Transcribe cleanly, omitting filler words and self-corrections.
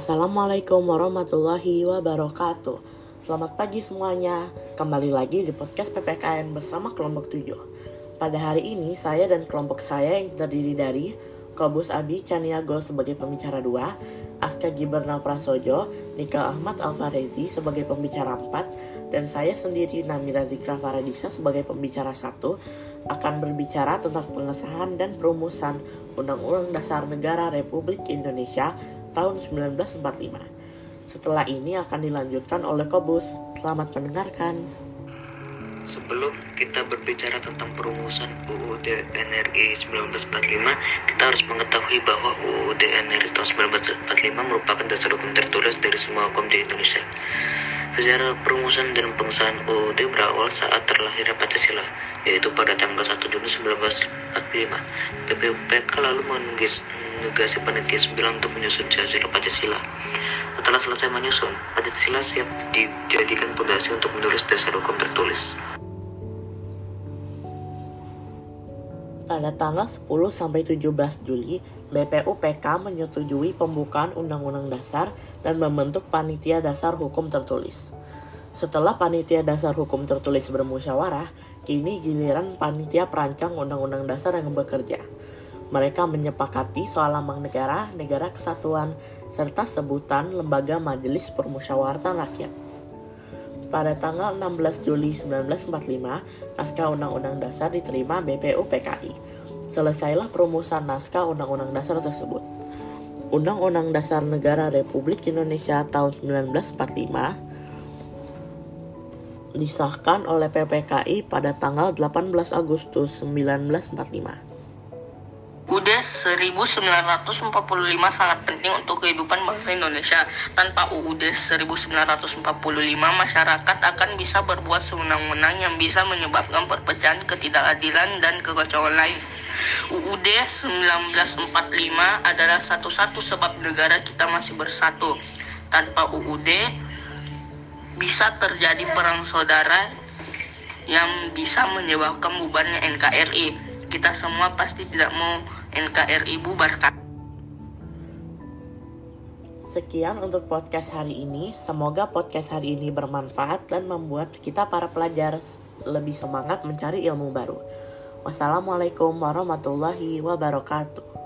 Assalamualaikum warahmatullahi wabarakatuh. Selamat pagi semuanya. Kembali lagi di podcast PPKN bersama kelompok 7. Pada hari ini saya dan kelompok saya yang terdiri dari Kobus Abi Caniago sebagai pembicara 2, Aska Giberna Prasojo, Nika Ahmad Alfarezi sebagai pembicara 4, dan saya sendiri Namira Zikra Faradisa sebagai pembicara 1 akan berbicara tentang pengesahan dan perumusan Undang-Undang Dasar Negara Republik Indonesia tahun 1945. Setelah ini akan dilanjutkan oleh Kobus. Selamat mendengarkan. Sebelum kita berbicara tentang perumusan UUD NRI 1945, kita harus mengetahui bahwa UUD NRI tahun 1945 merupakan dasar hukum tertulis dari semua hukum di Indonesia. Sejarah perumusan dan pengesahan UUD berawal saat terlahirnya Pancasila, yaitu pada tanggal 1 Juni 1945. BPUPK lalu menugasi panitia 9 untuk menyusun Sila Pancasila. Setelah selesai menyusun, Pancasila siap dijadikan fondasi untuk menulis dasar hukum tertulis. Pada tanggal 10-17 Juli, BPUPK menyetujui pembukaan Undang-Undang Dasar dan membentuk Panitia Dasar Hukum Tertulis. Setelah Panitia Dasar Hukum Tertulis bermusyawarah, kini giliran Panitia Perancang Undang-Undang Dasar yang bekerja. Mereka menyepakati soal lambang negara, negara kesatuan, serta sebutan Lembaga Majelis Permusyawaratan Rakyat. Pada tanggal 16 Juli 1945, naskah Undang-Undang Dasar diterima BPUPKI. Selesailah perumusan naskah Undang-Undang Dasar tersebut. Undang-Undang Dasar Negara Republik Indonesia tahun 1945 disahkan oleh PPKI pada tanggal 18 Agustus 1945. UUD 1945 sangat penting untuk kehidupan bangsa Indonesia. Tanpa UUD 1945, masyarakat akan bisa berbuat sewenang-wenang yang bisa menyebabkan perpecahan, ketidakadilan, dan kekacauan lain. UUD 1945 adalah satu-satu sebab negara kita masih bersatu. Tanpa UUD, bisa terjadi perang saudara yang bisa menyebabkan bubarnya NKRI. Kita semua pasti tidak mau NKRI bubarkan. Sekian untuk podcast hari ini. Semoga podcast hari ini bermanfaat dan membuat kita para pelajar lebih semangat mencari ilmu baru. Wassalamualaikum warahmatullahi wabarakatuh.